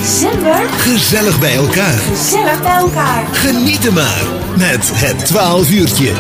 December? Gezellig bij elkaar. Gezellig bij elkaar. Genieten maar met het 12 uurtje.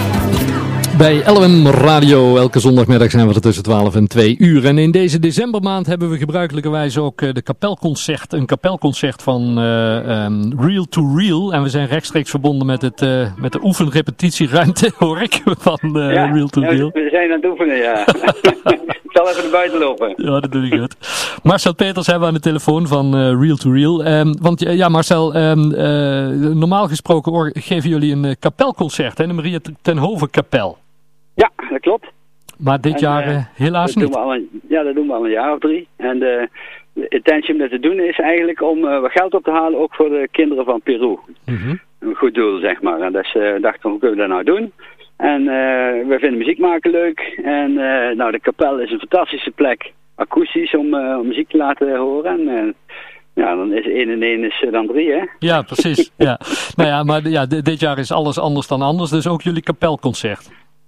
Bij LWM Radio, elke zondagmiddag zijn we er tussen 12 en 2 uur. En in deze decembermaand hebben we gebruikelijkerwijs ook een kapelconcert van Real to Real. En we zijn rechtstreeks verbonden met de oefenrepetitieruimte, hoor ik, van Real to Real. We zijn aan het oefenen, ja. Ik zal even naar buiten lopen. Ja, dat doe ik goed. Marcel Peters hebben we aan de telefoon van Real to Real. Want Marcel, normaal gesproken geven jullie een kapelconcert, hè, de Maria ten Hove kapel. Ja, dat klopt. Maar dit jaar helaas niet. Dat doen we al een jaar of 3. En de intentie om dat te doen is eigenlijk om wat geld op te halen, ook voor de kinderen van Peru. Mm-hmm. Een goed doel, zeg maar. En dus dachten we, hoe kunnen we dat nou doen? En we vinden muziek maken leuk. En de kapel is een fantastische plek, akoestisch, om muziek te laten horen. En dan is 1 en 1 is dan 3, hè? Ja, precies. Ja. Nou ja, maar dit jaar is alles anders dan anders, dus ook jullie kapelconcert.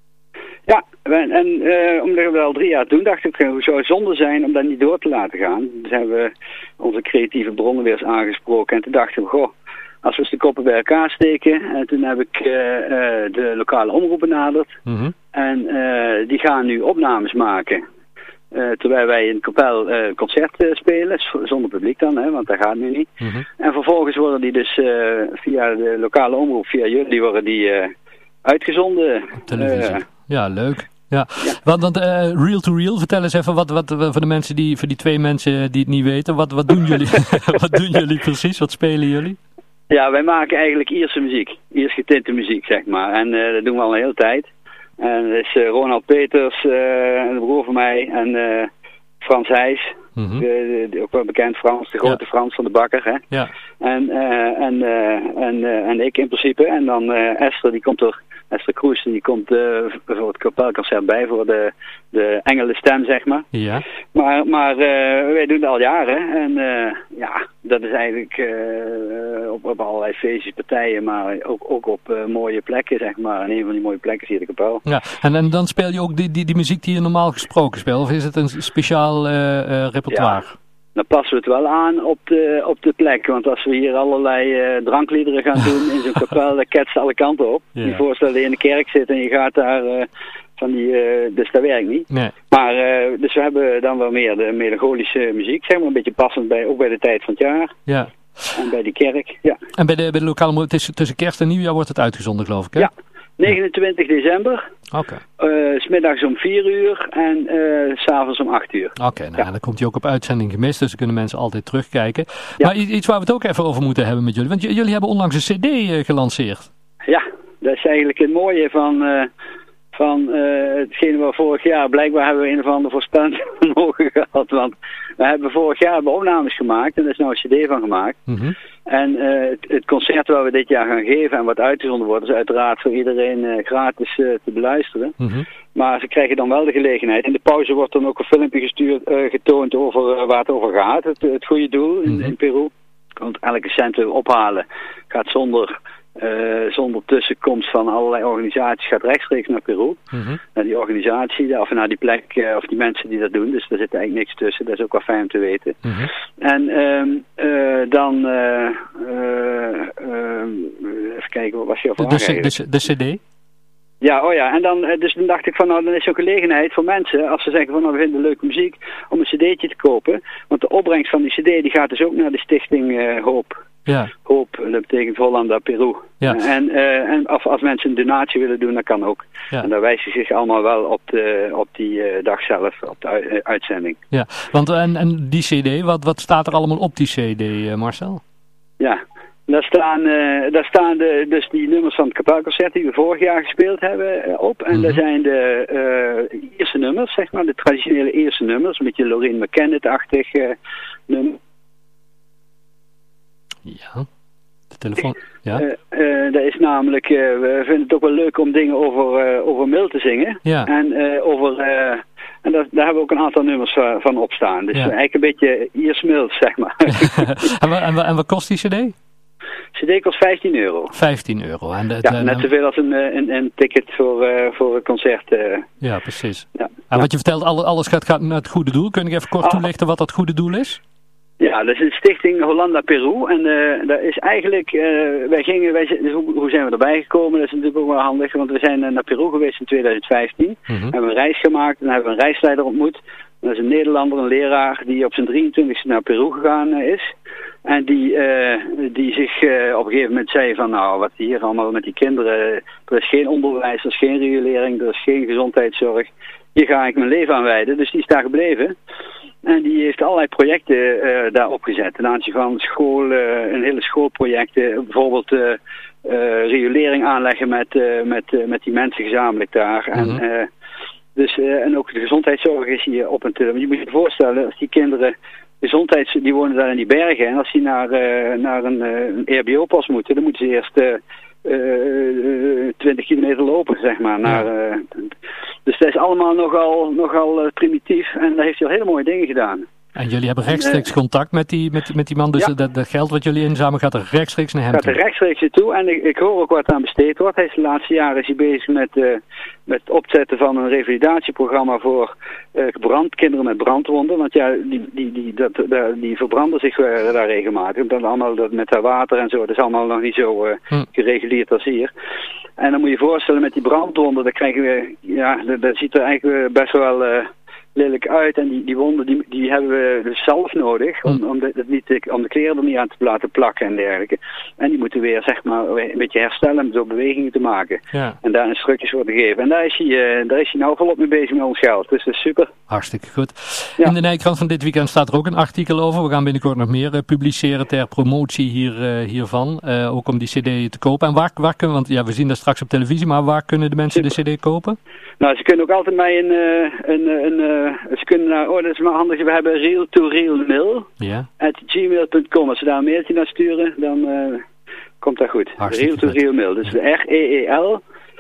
Ja, omdat we dat al 3 jaar doen, dacht ik, hoe zou het zonde zijn om dat niet door te laten gaan. Dus hebben we onze creatieve bronnen weer eens aangesproken. En toen dachten we, als we eens de koppen bij elkaar steken. En toen heb ik de lokale omroep benaderd. Mm-hmm. En die gaan nu opnames maken. Terwijl wij in kapel concert spelen, zonder publiek dan, hè, want dat gaat nu niet. Mm-hmm. En vervolgens worden die dus via de lokale omroep, via jullie, worden die uitgezonden. Op televisie. Ja, leuk. Ja. Want Real to Real, vertel eens even wat voor de mensen voor die 2 mensen die het niet weten, wat doen jullie? Wat doen jullie precies? Wat spelen jullie? Ja, wij maken eigenlijk Ierse muziek. Iers getinte muziek, zeg maar. En dat doen we al een hele tijd. En dat is Ronald Peters, een broer van mij, en Frans Heijs. Mm-hmm. Ook wel bekend Frans, de grote Frans van de Bakker. Hè? Ja. En ik in principe. En dan Esther Kroes, die komt voor het kapelconcert bij, voor de engelenstem, zeg maar. Ja. Maar wij doen het al jaren. En dat is eigenlijk op allerlei feestjes, partijen, maar ook op mooie plekken, zeg maar. En een van die mooie plekken is hier de kapel. Ja, en dan speel je ook die muziek die je normaal gesproken speelt? Of is het een speciaal repertoire? Ja. Dan passen we het wel aan op de plek. Want als we hier allerlei drankliederen gaan doen in zo'n kapel, dan ketst alle kanten op. Ja. Je voorstelt dat je in de kerk zit en je gaat daar dus dat werkt niet. Nee. Maar dus we hebben dan wel meer de melancholische muziek, zeg maar, een beetje passend ook bij de tijd van het jaar. Ja. En bij die kerk, ja. En bij de lokale, het is tussen kerst en nieuwjaar wordt het uitgezonden, geloof ik, hè? Ja. 29 december. Oké. 's middags om 4 uur en 's avonds om 8 uur. Oké, dan komt hij ook op uitzending gemist, dus dan kunnen mensen altijd terugkijken. Ja. Maar iets waar we het ook even over moeten hebben met jullie, want jullie hebben onlangs een cd gelanceerd. Ja, dat is eigenlijk het mooie van hetgene waar vorig jaar, blijkbaar hebben we een of ander voorspellingsvermogen gehad, want we hebben vorig jaar opnames gemaakt en er is nou een cd van gemaakt. Mm-hmm. En het concert waar we dit jaar gaan geven en wat uitgezonden wordt, is uiteraard voor iedereen gratis te beluisteren. Mm-hmm. Maar ze krijgen dan wel de gelegenheid. In de pauze wordt dan ook een filmpje getoond over waar het over gaat, het goede doel in Peru. Want elke cent we ophalen gaat zonder tussenkomst van allerlei organisaties, gaat rechtstreeks naar Peru. Mm-hmm. Naar die organisatie, of naar die plek, of die mensen die dat doen. Dus daar zit eigenlijk niks tussen. Dat is ook wel fijn om te weten. Mm-hmm. En dan even kijken, wat was je vraag? De cd? Ja, en dan dacht ik van, dan is zo'n gelegenheid voor mensen, als ze zeggen van, we vinden leuke muziek, om een cd'tje te kopen. Want de opbrengst van die cd, die gaat dus ook naar de stichting Hoop. Ja. Hoop, dat betekent Hollanda, Peru. Ja. En als mensen een donatie willen doen, dat kan ook. Ja. En daar wijst zich allemaal wel op die dag zelf, op de uitzending. Ja, want en die cd, wat staat er allemaal op die cd, Marcel? Ja, daar staan dus die nummers van het kapelconcert die we vorig jaar gespeeld hebben op. En daar zijn de Ierse nummers, zeg maar, de traditionele Ierse nummers. Een beetje Lorraine McKennitt-achtig nummer. Ja, de telefoon. Ja. Dat is namelijk, we vinden het ook wel leuk om dingen over Mill te zingen. Ja. En daar hebben we ook een aantal nummers van opstaan. Dus eigenlijk een beetje Iers Mills, zeg maar. en wat kost die cd? CD kost €15. €15. En net zoveel als een ticket voor een concert. Ja, precies. Ja. En wat je vertelt, alles gaat naar het goede doel. Kun je even kort toelichten wat dat goede doel is? Ja, dat is een stichting Hollanda Peru. En dat is eigenlijk, hoe zijn we erbij gekomen? Dat is natuurlijk ook wel handig, want we zijn naar Peru geweest in 2015. We hebben een reis gemaakt en hebben we een reisleider ontmoet. Dat is een Nederlander, een leraar, die op zijn 23e naar Peru gegaan is. En die zich op een gegeven moment zei van, nou, wat hier allemaal met die kinderen, er is geen onderwijs, er is geen regulering, er is geen gezondheidszorg. Hier ga ik mijn leven aan wijden. Dus die is daar gebleven. En die heeft allerlei projecten daar opgezet. Ten aanzien van school, een hele schoolprojecten. Bijvoorbeeld riolering aanleggen met die mensen gezamenlijk daar. En ook de gezondheidszorg is hier op een tillen. Je moet je voorstellen, als die kinderen die wonen daar in die bergen. En als die naar een EHBO-pas moeten, dan moeten ze eerst 20 kilometer lopen, zeg maar. Dus dat is allemaal nogal primitief. En daar heeft hij al hele mooie dingen gedaan. En jullie hebben rechtstreeks contact met die man. Dus dat geld wat jullie inzamelen gaat er rechtstreeks naar hem toe? Gaat er rechtstreeks naartoe. En ik hoor ook wat aan besteed wordt. Hij is de laatste jaren bezig met het opzetten van een revalidatieprogramma voor kinderen met brandwonden. Want ja, die verbranden zich daar regelmatig. Dan allemaal met dat water en zo. Dat is allemaal nog niet zo gereguleerd als hier. En dan moet je je voorstellen met die brandwonden. Dan krijgen we, dat ziet er eigenlijk best wel lelijk uit. En die wonden die hebben we dus zelf nodig om de kleren er niet aan te laten plakken en dergelijke. En die moeten weer, zeg maar, een beetje herstellen door bewegingen te maken. Ja. En daar instructies voor te geven. En daar is hij nou volop mee bezig met ons geld. Dus dat is super. Hartstikke goed. Ja. In de Nijkrant van dit weekend staat er ook een artikel over. We gaan binnenkort nog meer publiceren ter promotie hiervan. Ook om die cd te kopen. En waar kunnen, want ja, we zien dat straks op televisie, maar waar kunnen de mensen de cd kopen? Nou, ze kunnen ook altijd mij ze kunnen dat is maar handig. We hebben real2realmail @gmail.com. Als ze daar een mailtje naar sturen, dan komt dat goed. Real2realmail. Dus REELTOREAL.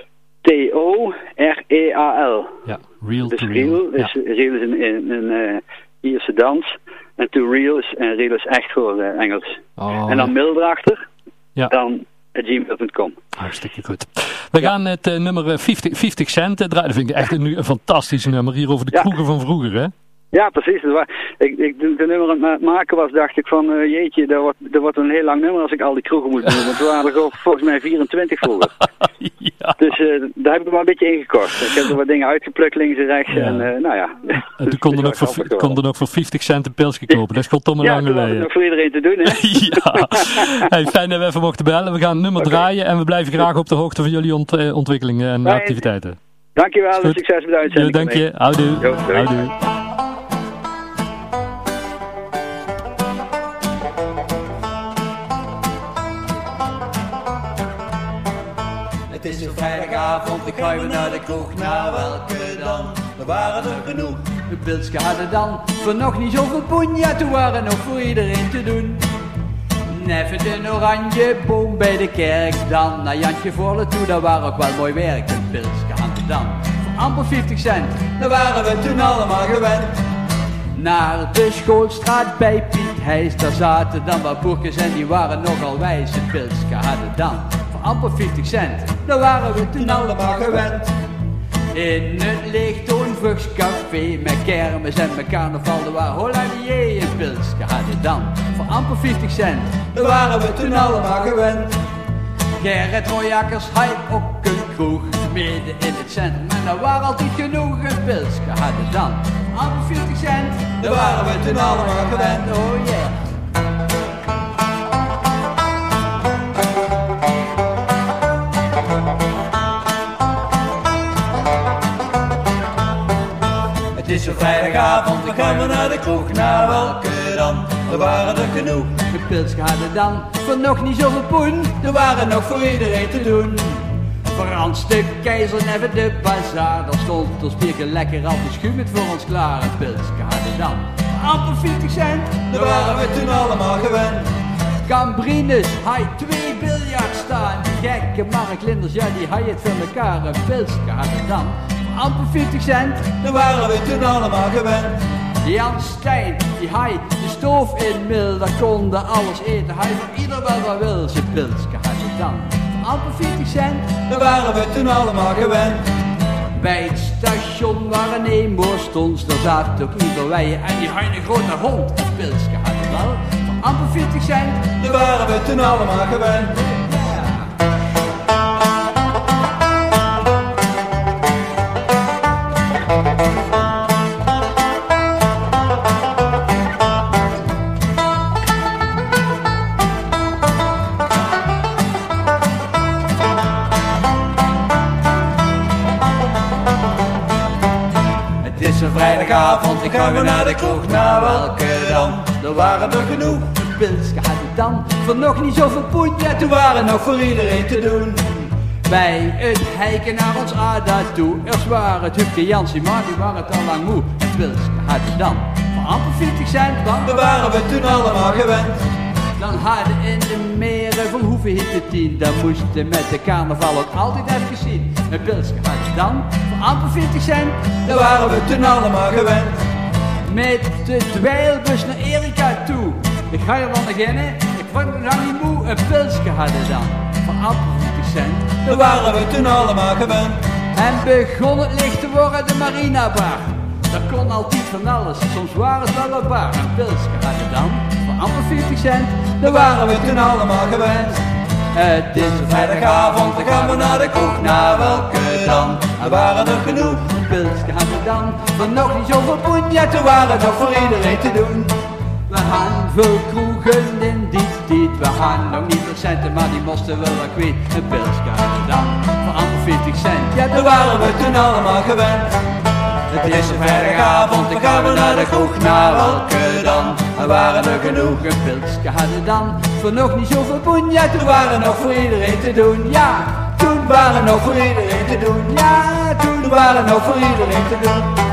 Ja, real dus to real. Real is een Ierse dans. En to real is echt voor Engels. Oh. En dan mail erachter. Ja. Dan @gmail.com. Hartstikke goed. We gaan het nummer 50 Cent draaien. Dat vind ik echt een fantastisch nummer hier over de kroegen van vroeger, hè? Ja, precies. Toen ik de nummer aan het maken was, dacht ik van, jeetje, dat wordt een heel lang nummer als ik al die kroegen moet doen. Want er waren er volgens mij 24 vroeger. Ja. Dus daar heb ik er maar een beetje ingekort. Ik heb er wat dingen uitgeplukt links en rechts. Ja. En nou ja. En toen kon er nog voor 50 cent een pilsje kopen. Dat is gewoon een lange geleden. Ja, dat is nog voor iedereen te doen, hè? Ja. Hey, fijn dat we even mochten bellen. We gaan het nummer draaien en we blijven graag op de hoogte van jullie ontwikkelingen en activiteiten. Dankjewel en succes met de uitzending. Dank je. Houdoe. Houdoe. Het is een vrijdagavond, ik ga weer naar de kroeg. Nou, welke dan? Er waren er genoeg. De pilsje hadden dan voor nog niet zoveel poen. Ja, toen waren nog voor iedereen te doen. Even een oranje boom bij de kerk dan. Naar Jantje Volle toe, dat was ook wel mooi werk. Een pilsje hadden dan voor amper 50 cent. Daar waren we toen allemaal gewend. Naar de schoolstraat bij Piet Heijs, daar zaten dan wat boekjes en die waren nogal wijs. Een pilsje hadden dan amper 50 cent, daar waren we toen allemaal gewend. In het Leegtoonvrugscafé met kermis en met carnaval, daar waren Holladier en pilsje hadden dan voor amper 50 cent, daar waren we toen allemaal gewend. Gerrit Royakkers had ook een kroeg midden in het centrum en daar waren altijd genoeg. Een pilsje hadden dan voor amper 50 cent, daar waren we toen allemaal gewend. Oh yeah. Het is een vrijdagavond, ik ga maar naar de kroeg. Nou, welke dan? Er waren er genoeg. De pilsje hadden dan voor nog niet zoveel poen. Er waren nog voor iedereen te doen. Frans de Keizer, even de bazaar. Daar stond ons biertje lekker al beschuimd voor ons klaar. Een pilsje hadden dan amper 50 cent. Daar waren we toen allemaal gewend. Gambrinus, hij 2 biljart staan. Die gekke marklinders, ja die hij het van elkaar. Een pilsje hadden dan amper 50 cent, daar waren we toen allemaal gewend. Jan Stein, die hij de stoof in mil, daar konden alles eten. Hij voor ieder wel wat wil, zijn pilsje had hij dan. Amper 50 cent, daar waren we toen allemaal gewend. Bij het station waar een eenboor stond, daar zat ook ieder wij en die hij een grote hond. Een pilsje had hij wel voor amper 40 cent. Daar waren we toen allemaal gewend. Het is een vrijdagavond, ik ga weer naar de kroeg. Nou, welke dan? Er waren er genoeg. Een pilsje had ik dan, voor nog niet zoveel poen. Ja, toen waren nog voor iedereen te doen. Bij het hijken naar ons Ada toe. Eerst waren het Hupke Jansie, maar die waren het al lang moe. Een pilsje had ik dan, voor amper 40 cent. Want Daar waren we toen allemaal gewend. dan hadden in de meren van Hoeve hitte 10. Dan moesten met de carnaval ook altijd even zien. Een pilsje had ik dan, voor amper 40 cent. Daar waren we toen allemaal gewend. Met de dweilbus naar Erika toe. Ik ga er wel beginnen, ik word nog niet moe. Een pilsje hadden dan, voor amper 40 cent. Daar waren we toen allemaal gewend. En begon het licht te worden, de Marina Bar. Daar kon altijd van alles, soms waren het wel een bar. Een pilsje hadden dan, voor amper 40 cent. Daar waren we toen allemaal gewend. Het is een vrijdagavond, dan gaan we naar de kroeg. Nou, welke dan? Er waren er genoeg. Een pilsje hadden dan, voor nog niet zoveel poen. Ja, toen waren het nog voor iedereen te doen. We hadden veel kroegen in die tijd. We hadden nog niet veel centen, maar die moesten wel wat kwijt. Een pilsje hadden dan, voor amper 40 cent. Ja, Daar waren we toen allemaal gewend. het is een vrijdagavond, dan gaan we naar de kroeg. Nou, welke dan? Er waren er genoeg. Een pilsje hadden dan, voor nog niet zoveel poen. Ja, toen waren nog voor iedereen te doen. Ja, toen waren nog voor iedereen te doen. Ja, toen waren nog voor iedereen te doen.